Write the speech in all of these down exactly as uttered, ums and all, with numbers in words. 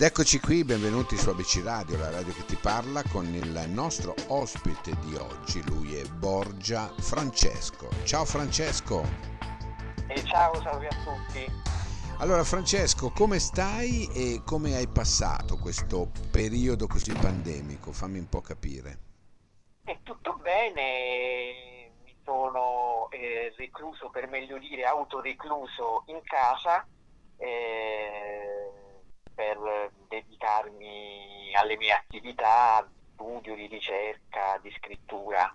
eccoci qui, benvenuti su A B C Radio, la radio che ti parla, con il nostro ospite di oggi. Lui è Borgia Francesco. Ciao Francesco. E ciao, salve a tutti. Allora Francesco, come stai e come hai passato questo periodo così pandemico? Fammi un po' capire. È tutto bene, mi sono eh, recluso, per meglio dire, autorecluso in casa eh, per dedicarmi alle mie attività di studio, di ricerca, di scrittura,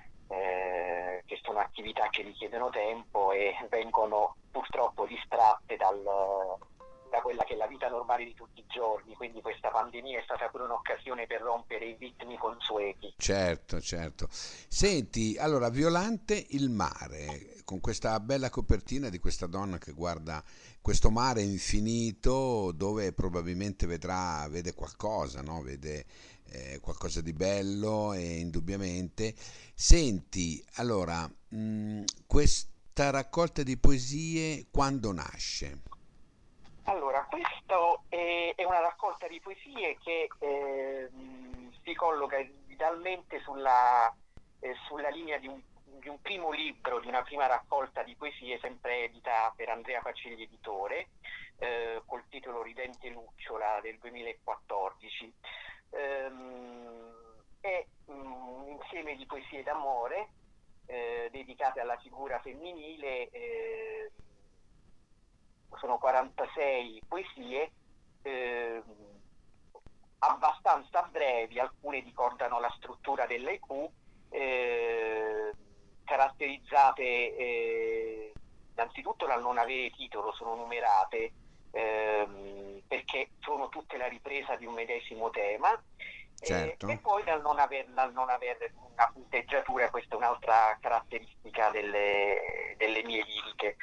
eh, che sono attività che richiedono tempo e vengono purtroppo distratte dal, da quella che è la vita normale di tutti i giorni, quindi questa pandemia è stata pure un'occasione per rompere i ritmi consueti. Certo, certo. Senti, allora, Violante il mare, con questa bella copertina di questa donna che guarda questo mare infinito dove probabilmente vedrà, vede qualcosa, no? Vede eh, qualcosa di bello e indubbiamente. Senti, allora, mh, questa raccolta di poesie quando nasce? Allora, questo è, è una raccolta di poesie che ehm, si colloca idealmente sulla, eh, sulla linea di un, di un primo libro, di una prima raccolta di poesie, sempre edita per Andrea Facilli Editore, eh, col titolo Ridente Lucciola del duemilaquattordici. Ehm, è un insieme di poesie d'amore eh, dedicate alla figura femminile. eh, sono quarantasei poesie, eh, abbastanza brevi, alcune ricordano la struttura dell'haiku, eh, caratterizzate eh, innanzitutto dal non avere titolo, sono numerate ehm, perché sono tutte la ripresa di un medesimo tema, eh, e Certo? poi dal non aver, dal non avere una punteggiatura. Questa è un'altra caratteristica delle, delle mie liriche.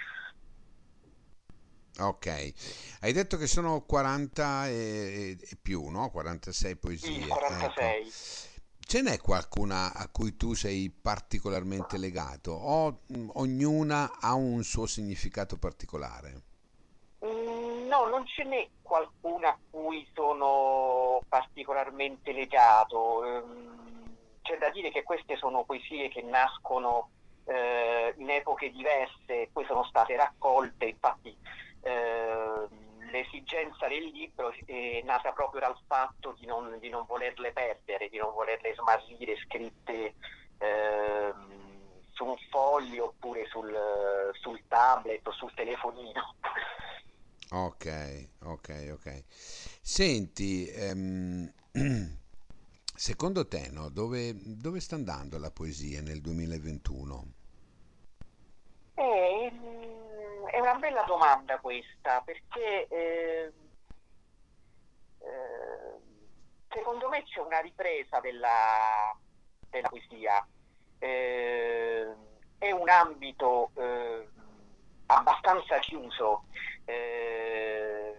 Ok, hai detto che sono quaranta e, e più, no? quarantasei Il poesie, ecco. quarantasei. Ce n'è qualcuna a cui tu sei particolarmente legato o mh, ognuna ha un suo significato particolare? Mm, No, non ce n'è qualcuna a cui sono particolarmente legato. Ehm, C'è da dire che queste sono poesie che nascono eh, in epoche diverse, poi sono state raccolte. Infatti, ehm, l'esigenza del libro è nata proprio dal fatto di non, di non volerle perdere, di non volerle smarrire scritte ehm, su un foglio oppure sul, sul tablet o sul telefonino. Ok, ok, ok. Senti, ehm, secondo te, no, dove, dove sta andando la poesia nel duemilaventuno? Eh, mm, È una bella domanda questa, perché eh, eh, secondo me c'è una ripresa della, della poesia. Eh, è un ambito eh, abbastanza chiuso, eh,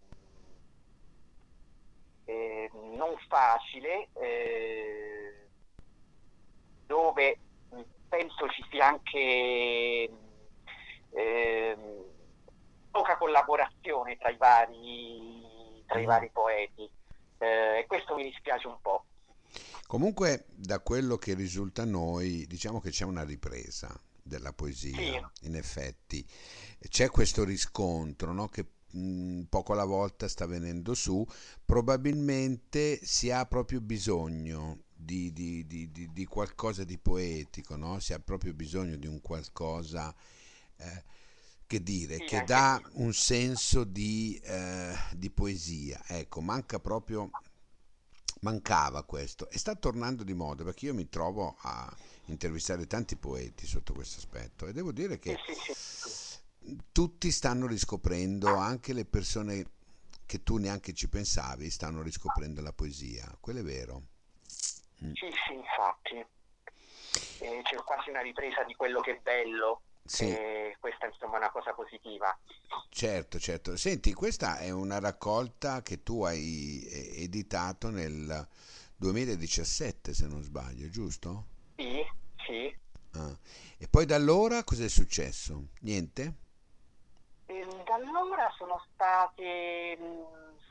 eh, non facile, eh, dove mh, penso ci sia anche ehm, poca collaborazione tra i vari, tra i Mm. vari poeti, eh, e questo mi dispiace un po'. Comunque, da quello che risulta a noi, diciamo che c'è una ripresa della Sì, poesia, in effetti. C'è questo riscontro, no, che mh, poco alla volta sta venendo su. Probabilmente si ha proprio bisogno di, di- di- di- di qualcosa di poetico, no? Si ha proprio bisogno di un qualcosa, eh, che dire, sì, che anche dà qui. un senso di, eh, di poesia. Ecco, manca proprio, mancava questo e sta tornando di moda perché io mi trovo a intervistare tanti poeti sotto questo aspetto e devo dire Sì, che sì, sì. tutti stanno riscoprendo, anche le persone che tu neanche ci pensavi, stanno riscoprendo la poesia. Quello è vero. Mm. Sì, sì, infatti. Eh, c'è quasi una ripresa di quello che è bello, Sì, e questa insomma è una cosa positiva. certo, certo. Senti, questa è una raccolta che tu hai eh, editato nel duemiladiciassette, se non sbaglio, giusto? Sì, sì. Ah. E poi da allora cos'è successo? Niente? E da allora sono state mh,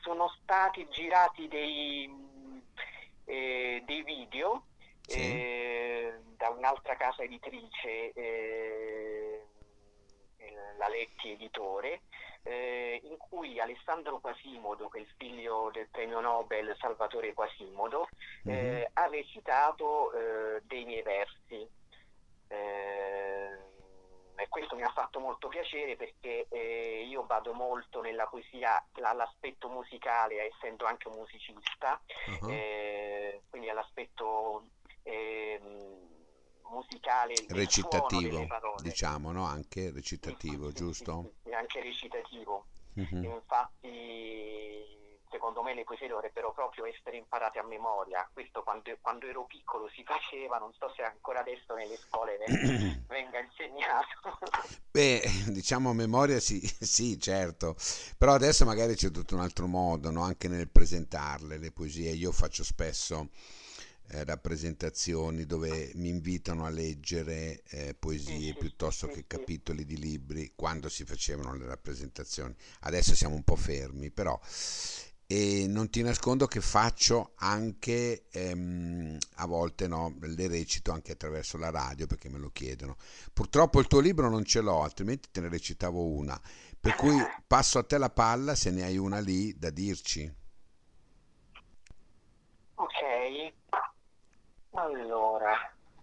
sono stati girati dei, eh, dei video Sì. eh, da un'altra casa editrice, eh, la Letti Editore, eh, in cui Alessandro Quasimodo, che è il figlio del premio Nobel Salvatore Quasimodo, Mhm. eh, ha recitato eh, dei miei versi. Eh, e questo mi ha fatto molto piacere perché eh, io vado molto nella poesia all'aspetto musicale, essendo anche un musicista, Ah. eh, quindi all'aspetto ehm, musicale del suono delle Recitativo, parole. diciamo, no? Anche Sì, sì, recitativo, sì, sì, giusto? sì, sì, anche recitativo. E Mhm. infatti, secondo me le poesie dovrebbero proprio essere imparate a memoria. Questo quando, quando ero piccolo si faceva, non so se ancora adesso nelle scuole venga, venga insegnato. Beh, diciamo a memoria sì, sì, certo, però adesso magari c'è tutto un altro modo, no? Anche nel presentarle, le poesie. Io faccio spesso eh, rappresentazioni dove mi invitano a leggere eh, Sì, poesie sì, sì, piuttosto sì, che sì. capitoli di libri quando si facevano le rappresentazioni. Adesso siamo un po' fermi, però. E non ti nascondo che faccio anche ehm, a volte, no, le recito anche attraverso la radio perché me lo chiedono. Purtroppo il tuo libro non ce l'ho, altrimenti te ne recitavo una. Per cui passo a te la palla se ne hai una lì da dirci. Ok, allora,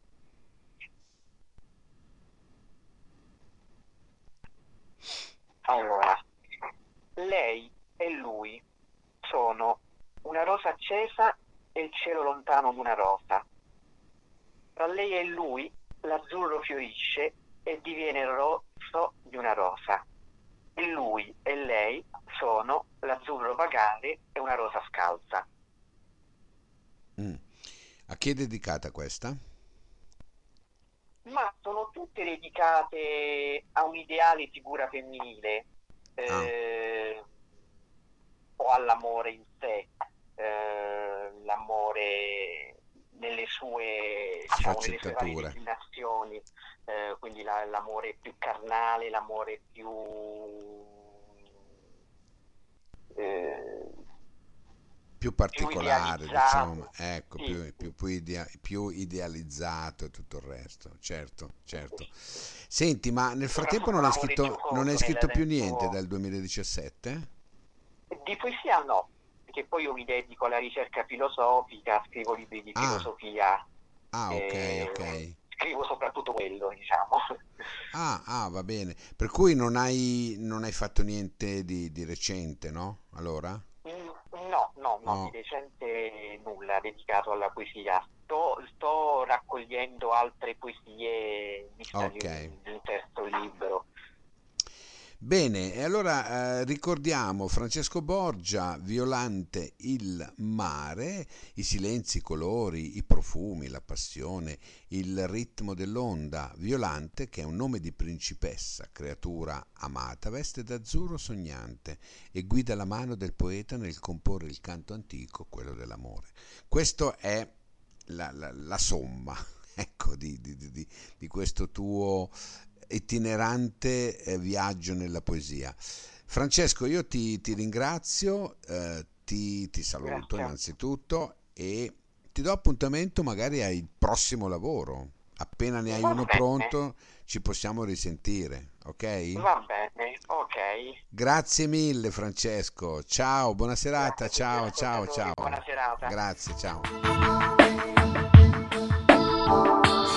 allora, lei e lui sono una rosa accesa e il cielo lontano di una rosa. Tra lei e lui l'azzurro fiorisce e diviene il rosso di una rosa. E lui e lei sono l'azzurro vagare e una rosa scalza. Mm. A chi è dedicata questa? Ma sono tutte dedicate a un'ideale figura femminile, Ah, eh, o all'amore in sé, eh, l'amore nelle sue, diciamo, nelle sue varie sfaccettature. declinazioni, eh, quindi la- l'amore più carnale, l'amore più eh, Più più particolare, diciamo, idealizzato. ecco, Sì, più, sì, più, più idea- più idealizzato e tutto il resto, certo, sì, sì, certo. sì. Senti, ma nel frattempo Soprattutto non hai l'amore scritto, non hai giocoso nel, scritto più nel niente suo. dal duemiladiciassette? Di poesia no, perché poi io mi dedico alla ricerca filosofica, scrivo libri di Ah, filosofia, ah, ok, ok. eh, scrivo soprattutto quello, diciamo. Ah, ah, va bene. Per cui non hai, non hai fatto niente di, di recente, no? Allora? Mm, No, no, no, di Oh, recente nulla dedicato alla poesia. Sto, sto raccogliendo altre poesie in vista di ok. un, di un terzo libro. Bene, e allora eh, ricordiamo Francesco Borgia, Violante il mare, i silenzi, i colori, i profumi, la passione, il ritmo dell'onda. Violante, che è un nome di principessa, creatura amata, veste d'azzurro sognante e guida la mano del poeta nel comporre il canto antico, quello dell'amore. Questo è la, la, la somma, ecco, di, di, di, di questo tuo itinerante eh, viaggio nella poesia. Francesco, io ti, ti ringrazio, eh, ti, ti saluto Grazie. innanzitutto e ti do appuntamento magari al prossimo lavoro. Appena ne hai Va uno bene, pronto ci possiamo risentire, ok? va bene, ok. Grazie mille Francesco, ciao, buona serata, Grazie a tutti gli ciao, ciao, ascoltatori, ciao. buona serata. Grazie, ciao.